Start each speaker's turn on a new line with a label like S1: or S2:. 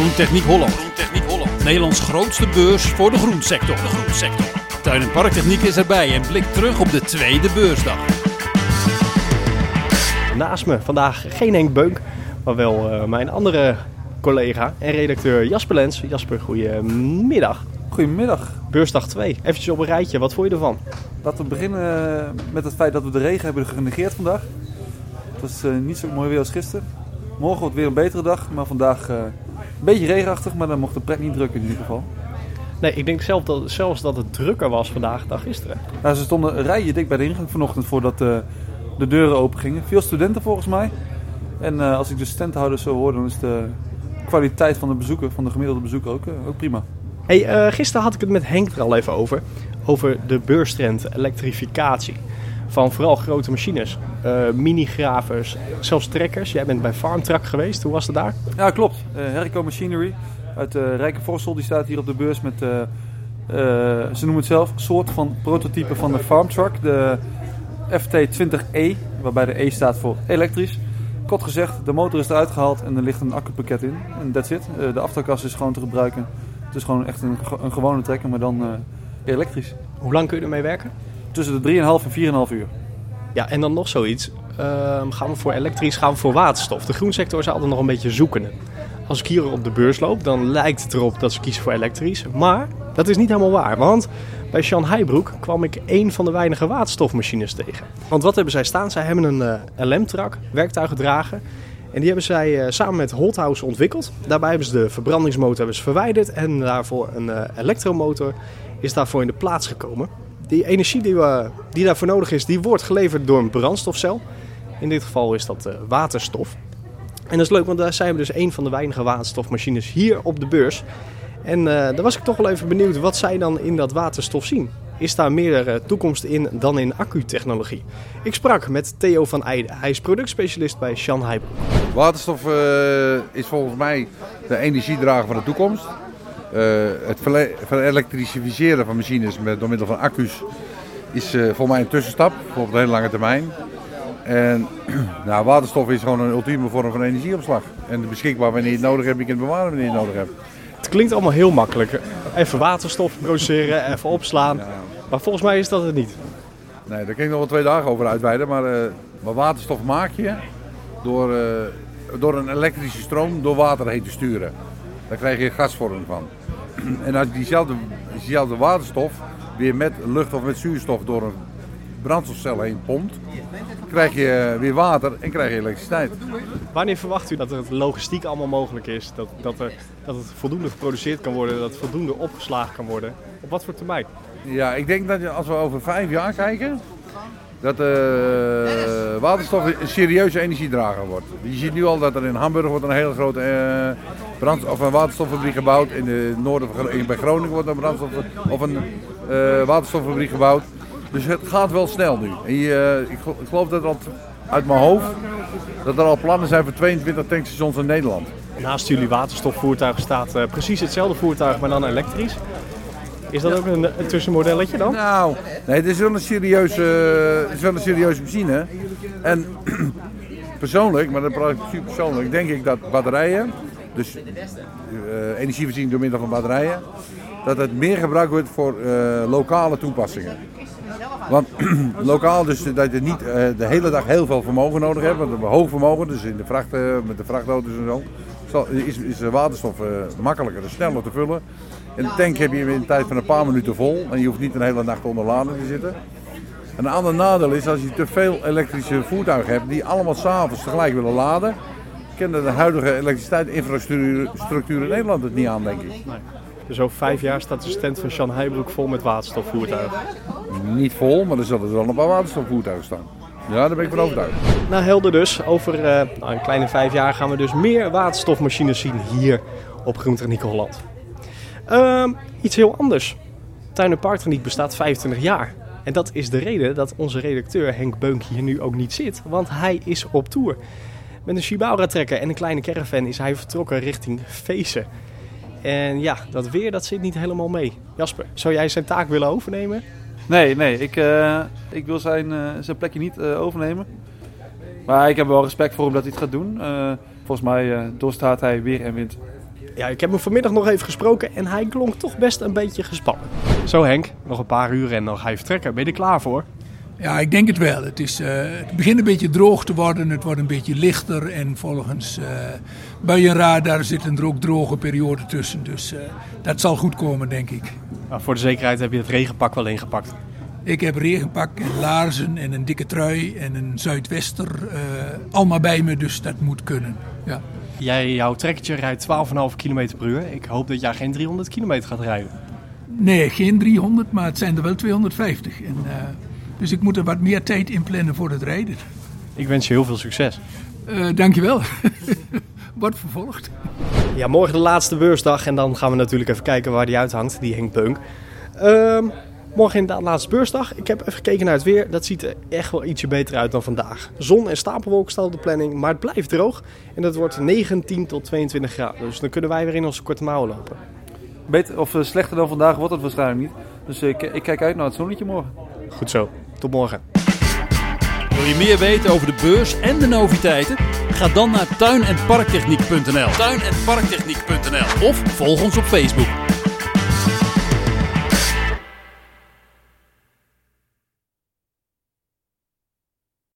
S1: Groentechniek Holland. Nederlands grootste beurs voor de groensector. Tuin- en Parktechniek is erbij en blikt terug op de tweede beursdag.
S2: Naast me vandaag geen Henk Beunk, maar wel mijn andere collega en redacteur Jasper Lens. Jasper, goedemiddag.
S3: Goedemiddag.
S2: Beursdag 2. Eventjes op een rijtje, wat vond je ervan?
S3: Laten we beginnen met het feit dat we de regen hebben genegeerd vandaag. Het was niet zo mooi weer als gisteren. Morgen wordt weer een betere dag, maar vandaag een beetje regenachtig, maar dan mocht de pret niet drukken in ieder geval.
S2: Nee, ik denk zelfs dat het drukker was vandaag dan gisteren.
S3: Nou, ze stonden rijen dik bij de ingang vanochtend voordat de deuren open gingen. Veel studenten volgens mij. En als ik de standhouders zo hoor, dan is de kwaliteit van de bezoeker, van de gemiddelde bezoeker ook prima.
S2: Hey, gisteren had ik het met Henk er al even over de beurstrend elektrificatie. Van vooral grote machines, minigravers, zelfs trekkers. Jij bent bij Farmtruck geweest, hoe was het daar?
S3: Ja, klopt. Herco Machinery uit Rijkenvorsel, die staat hier op de beurs met, ze noemen het zelf, een soort van prototype van de Farmtruck. De FT20E, waarbij de E staat voor elektrisch. Kort gezegd, de motor is eruit gehaald en er ligt een accupakket in. En that's it. De aftelkast is gewoon te gebruiken. Het is gewoon echt een gewone trekker, maar dan elektrisch.
S2: Hoe lang kun je ermee werken?
S3: Tussen de 3,5 en 4,5 uur.
S2: Ja, en dan nog zoiets. Gaan we voor elektrisch, gaan we voor waterstof? De groensector is altijd nog een beetje zoekende. Als ik hier op de beurs loop, dan lijkt het erop dat ze kiezen voor elektrisch. Maar dat is niet helemaal waar, want bij Jan Heijbroek kwam ik één van de weinige waterstofmachines tegen. Want wat hebben zij staan? Zij hebben een LM-trak, werktuigendrager. En die hebben zij samen met Holthaus ontwikkeld. Daarbij hebben ze de verbrandingsmotor verwijderd en daarvoor een elektromotor is daarvoor in de plaats gekomen. Die energie die daarvoor nodig is, die wordt geleverd door een brandstofcel. In dit geval is dat waterstof. En dat is leuk, want zij hebben dus een van de weinige waterstofmachines hier op de beurs. En daar was ik toch wel even benieuwd wat zij dan in dat waterstof zien. Is daar meer toekomst in dan in accutechnologie? Ik sprak met Theo van Eijden. Hij is productspecialist bij Jan Heijbroek.
S4: Waterstof is volgens mij de energiedrager van de toekomst. Het verelektrificeren van machines door middel van accu's is volgens mij een tussenstap voor op de hele lange termijn. En nou, waterstof is gewoon een ultieme vorm van energieopslag. En beschikbaar wanneer je het nodig hebt, je kunt bewaren wanneer je het nodig hebt.
S2: Het klinkt allemaal heel makkelijk. Even waterstof produceren, even opslaan.
S4: Ja.
S2: Maar volgens mij is dat het niet.
S4: Nee, daar kan ik nog wel 2 dagen over uitweiden. Maar waterstof maak je door een elektrische stroom door water heen te sturen. Daar krijg je gasvorm van. En als je diezelfde waterstof weer met lucht of met zuurstof door een brandstofcel heen pompt, krijg je weer water en krijg je elektriciteit.
S2: Wanneer verwacht u dat het logistiek allemaal mogelijk is? Dat het voldoende geproduceerd kan worden, dat het voldoende opgeslagen kan worden? Op wat voor termijn?
S4: Ja, ik denk dat als we over 5 jaar kijken, dat waterstof een serieuze energiedrager wordt. Je ziet nu al dat er in Hamburg wordt een hele grote een waterstoffabriek gebouwd. In het noorden bij Groningen wordt een waterstoffabriek gebouwd. Dus het gaat wel snel nu. En ik geloof dat al uit mijn hoofd dat er al plannen zijn voor 22 tankstations in Nederland.
S2: Naast jullie waterstofvoertuig staat precies hetzelfde voertuig, maar dan elektrisch. Is dat ook een tussenmodelletje dan?
S4: Nou, nee, het is wel een serieuze machine. En persoonlijk, maar dat praat ik super persoonlijk, denk ik dat batterijen, dus energievoorziening door middel van batterijen, dat het meer gebruikt wordt voor lokale toepassingen. Want lokaal dus dat je niet de hele dag heel veel vermogen nodig hebt, want we hebben hoog vermogen, dus in de met de vrachtauto's en zo, is waterstof makkelijker en sneller te vullen. En de tank heb je in een tijd van een paar minuten vol en je hoeft niet een hele nacht onder lading te zitten. Een ander nadeel is als je te veel elektrische voertuigen hebt die allemaal 's avonds tegelijk willen laden, kennen de huidige elektriciteitsinfrastructuur in Nederland het niet aan, denk ik.
S2: Nee. Dus over 5 jaar staat de stand van Jan Heijbroek vol met waterstofvoertuigen.
S4: Niet vol, maar er zullen wel een paar waterstofvoertuigen staan. Ja, daar ben ik van overtuigd.
S2: Nou, helder dus. Over een kleine 5 jaar gaan we dus meer waterstofmachines zien hier op Groentechniek Holland. Iets heel anders. Tuin- en Parktechniek bestaat 25 jaar. En dat is de reden dat onze redacteur Henk Beunk hier nu ook niet zit. Want hij is op tour. Met een Shibaura trekker en een kleine caravan is hij vertrokken richting Vezen. En ja, dat weer dat zit niet helemaal mee. Jasper, zou jij zijn taak willen overnemen?
S3: Nee, ik wil zijn plekje niet overnemen. Maar ik heb wel respect voor hem dat hij het gaat doen. Volgens mij doorstaat hij weer en wind
S2: Ja, ik heb hem vanmiddag nog even gesproken en hij klonk toch best een beetje gespannen. Zo Henk, nog een paar uur en dan ga je vertrekken. Ben je er klaar voor?
S5: Ja, ik denk het wel. Het begint een beetje droog te worden. Het wordt een beetje lichter. En volgens buienradar zitten er ook droge perioden tussen. Dus dat zal goed komen, denk ik.
S2: Nou, voor de zekerheid heb je het regenpak wel ingepakt.
S5: Ik heb regenpak en laarzen en een dikke trui en een zuidwester. Allemaal bij me, dus dat moet kunnen. Ja.
S2: Jouw trekkertje rijdt 12,5 km per uur. Ik hoop dat jij geen 300 kilometer gaat rijden.
S5: Nee, geen 300, maar het zijn er wel 250. Dus ik moet er wat meer tijd in plannen voor het rijden.
S2: Ik wens je heel veel succes.
S5: Dankjewel. Wordt vervolgd.
S2: Ja, morgen de laatste beursdag en dan gaan we natuurlijk even kijken waar die uithangt, die Henk Beunk. Morgen inderdaad de laatste beursdag. Ik heb even gekeken naar het weer. Dat ziet er echt wel ietsje beter uit dan vandaag. Zon en stapelwolken staan op de planning, maar het blijft droog. En dat wordt 19 tot 22 graden. Dus dan kunnen wij weer in onze korte mouwen lopen.
S3: Beter of slechter dan vandaag wordt het waarschijnlijk niet. Dus ik kijk uit naar het zonnetje morgen.
S2: Goed zo. Tot morgen.
S1: Wil je meer weten over de beurs en de noviteiten? Ga dan naar tuin- en parktechniek.nl. Tuin- en parktechniek.nl. Of volg ons op Facebook.